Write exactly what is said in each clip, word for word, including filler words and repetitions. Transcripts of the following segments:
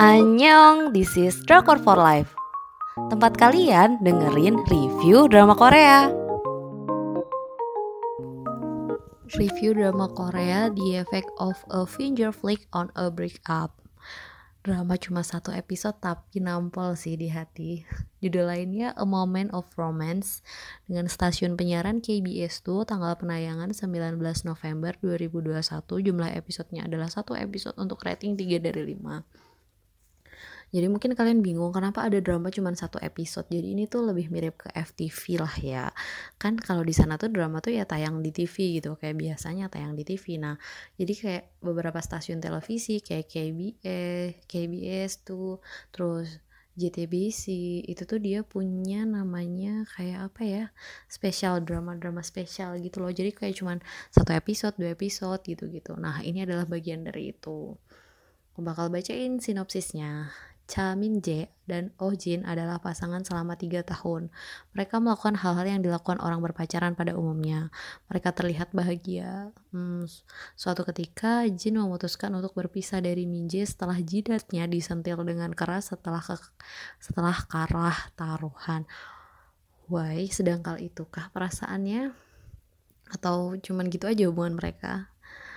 Annyeong, this is Drakor for Life. Tempat kalian dengerin review drama Korea. Review drama Korea, The Effect of a Finger Flick on a Breakup. Drama cuma satu episode tapi nampol sih di hati. Judul lainnya A Moment of Romance dengan stasiun penyiaran K B S two, tanggal penayangan sembilan belas November dua ribu dua puluh satu. Jumlah episodenya adalah satu episode untuk rating tiga dari lima. Jadi mungkin kalian bingung kenapa ada drama cuma satu episode. Jadi ini tuh lebih mirip ke F T V lah ya. Kan kalau di sana tuh drama tuh ya tayang di T V gitu, kayak biasanya tayang di T V. Nah, jadi kayak beberapa stasiun televisi kayak K B S, K B S tuh, terus J T B C itu tuh dia punya namanya kayak apa ya, spesial drama-drama spesial gitu loh. Jadi kayak cuman satu episode, dua episode gitu-gitu. Nah, ini adalah bagian dari itu. Aku bakal bacain sinopsisnya. Cha Min-jae dan Oh Jin adalah pasangan selama tiga tahun. Mereka melakukan hal-hal yang dilakukan orang berpacaran pada umumnya. Mereka terlihat bahagia. Hmm, suatu ketika, Jin memutuskan untuk berpisah dari Min-jae setelah jidatnya disentil dengan keras setelah ke, setelah kalah taruhan. Why, sedangkal itukah perasaannya? Atau cuman gitu aja hubungan mereka?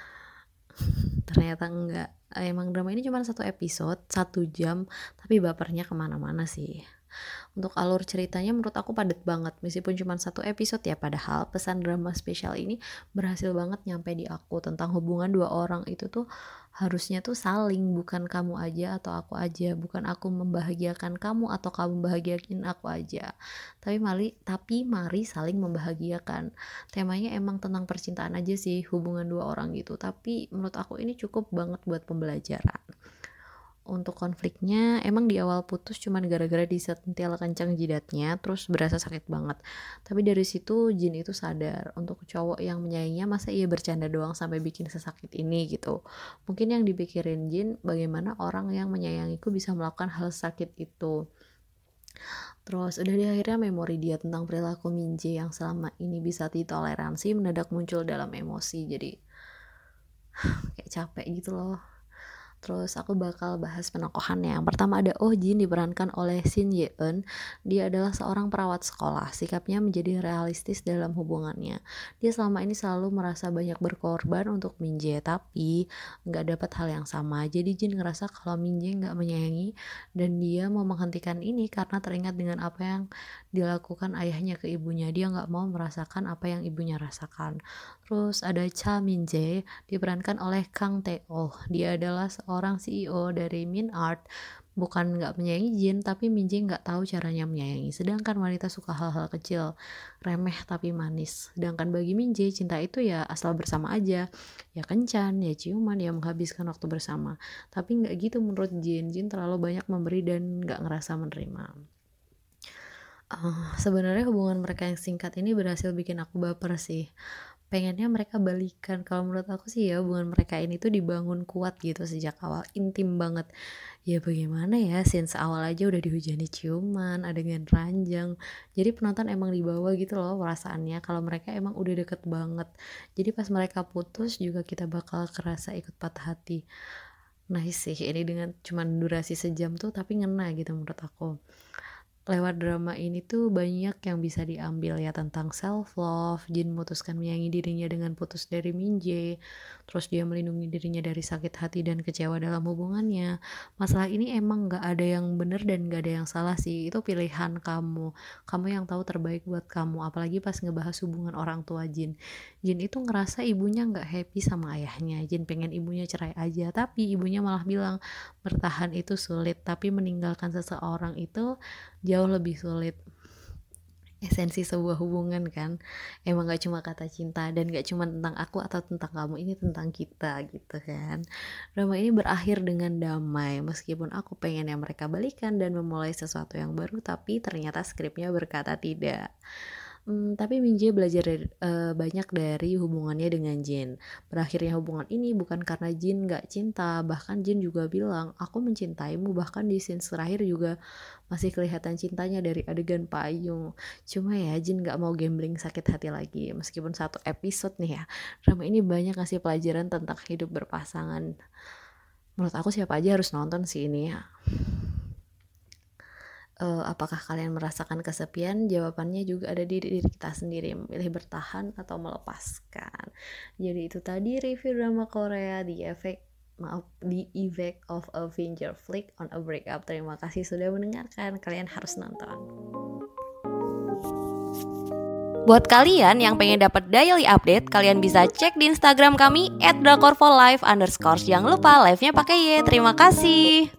Ternyata enggak. Emang drama ini cuma satu episode, satu jam, tapi bapernya kemana-mana sih. Untuk alur ceritanya menurut aku padat banget, meskipun cuma satu episode ya, padahal pesan drama spesial ini berhasil banget nyampe di aku tentang hubungan dua orang itu tuh harusnya tuh saling, bukan kamu aja atau aku aja, bukan aku membahagiakan kamu atau kamu bahagiain aku aja, tapi mari tapi mari saling membahagiakan. Temanya emang tentang percintaan aja sih, hubungan dua orang gitu, tapi menurut aku ini cukup banget buat pembelajaran. Untuk konfliknya emang di awal putus cuman gara-gara disentil kencang jidatnya, terus berasa sakit banget. Tapi dari situ Jin itu sadar untuk cowok yang menyayanginya masa ia bercanda doang sampai bikin sesakit ini gitu. Mungkin yang dipikirin Jin, bagaimana orang yang menyayangiku bisa melakukan hal sakit itu. Terus udah di akhirnya memori dia tentang perilaku Min-jae yang selama ini bisa ditoleransi mendadak muncul dalam emosi. Jadi kayak capek gitu loh. Terus aku bakal bahas penokohannya. Yang pertama ada Oh Jin, diperankan oleh Shin Ye-eun. Dia adalah seorang perawat sekolah. Sikapnya menjadi realistis dalam hubungannya. Dia selama ini selalu merasa banyak berkorban untuk Min-jae, tapi nggak dapat hal yang sama. Jadi Jin ngerasa kalau Min-jae nggak menyayangi dan dia mau menghentikan ini karena teringat dengan apa yang dilakukan ayahnya ke ibunya. Dia nggak mau merasakan apa yang ibunya rasakan. Terus ada Cha Min-jae, diperankan oleh Kang Tae-oh. Dia adalah seorang C E O dari Min Art. Bukan nggak menyayangi Jin, tapi Min-jae nggak tahu caranya menyayangi. Sedangkan wanita suka hal-hal kecil, remeh tapi manis. Sedangkan bagi Min-jae, cinta itu ya asal bersama aja. Ya kencan, ya ciuman, ya menghabiskan waktu bersama. Tapi nggak gitu menurut Jin. Jin terlalu banyak memberi dan nggak ngerasa menerima. Uh, sebenarnya hubungan mereka yang singkat ini berhasil bikin aku baper sih. Pengennya mereka balikan. Kalau menurut aku sih ya, hubungan mereka ini tuh dibangun kuat gitu sejak awal, intim banget. Ya bagaimana ya, since awal aja udah dihujani ciuman, adegan ranjang. Jadi penonton emang dibawa gitu loh perasaannya kalau mereka emang udah deket banget. Jadi pas mereka putus juga kita bakal kerasa ikut patah hati. Nice sih ini dengan cuman durasi sejam tuh tapi ngena gitu menurut aku. Lewat drama ini tuh banyak yang bisa diambil ya tentang self love. Jin memutuskan menyayangi dirinya dengan putus dari Min-jae. Terus dia melindungi dirinya dari sakit hati dan kecewa dalam hubungannya. Masalah ini emang gak ada yang benar dan gak ada yang salah sih. Itu pilihan kamu. Kamu yang tahu terbaik buat kamu. Apalagi pas ngebahas hubungan orang tua Jin. Jin itu ngerasa ibunya gak happy sama ayahnya. Jin pengen ibunya cerai aja. Tapi ibunya malah bilang bertahan itu sulit. Tapi meninggalkan seseorang itu jauh lebih sulit. Esensi sebuah hubungan kan emang gak cuma kata cinta dan gak cuma tentang aku atau tentang kamu, ini tentang kita gitu kan. Drama ini berakhir dengan damai meskipun aku pengen yang mereka balikan dan memulai sesuatu yang baru, tapi ternyata skripnya berkata tidak. Hmm, tapi Min-jae belajar dari, uh, banyak dari hubungannya dengan Jin. Berakhirnya hubungan ini bukan karena Jin gak cinta, bahkan Jin juga bilang aku mencintaimu, bahkan di scene terakhir juga masih kelihatan cintanya dari adegan payung. Cuma ya Jin gak mau gambling sakit hati lagi. Meskipun satu episode nih ya, drama ini banyak ngasih pelajaran tentang hidup berpasangan. Menurut aku siapa aja harus nonton sih ini. Uh, apakah kalian merasakan kesepian? Jawabannya juga ada di diri kita sendiri, memilih bertahan atau melepaskan. Jadi itu tadi review drama Korea The Effect maaf The Effect of a Finger Flick on a Breakup. Terima kasih sudah mendengarkan. Kalian harus nonton. Buat kalian yang pengen dapat daily update, kalian bisa cek di Instagram kami at drakorfolive underscore. Jangan lupa live-nya pakai Y. Terima kasih.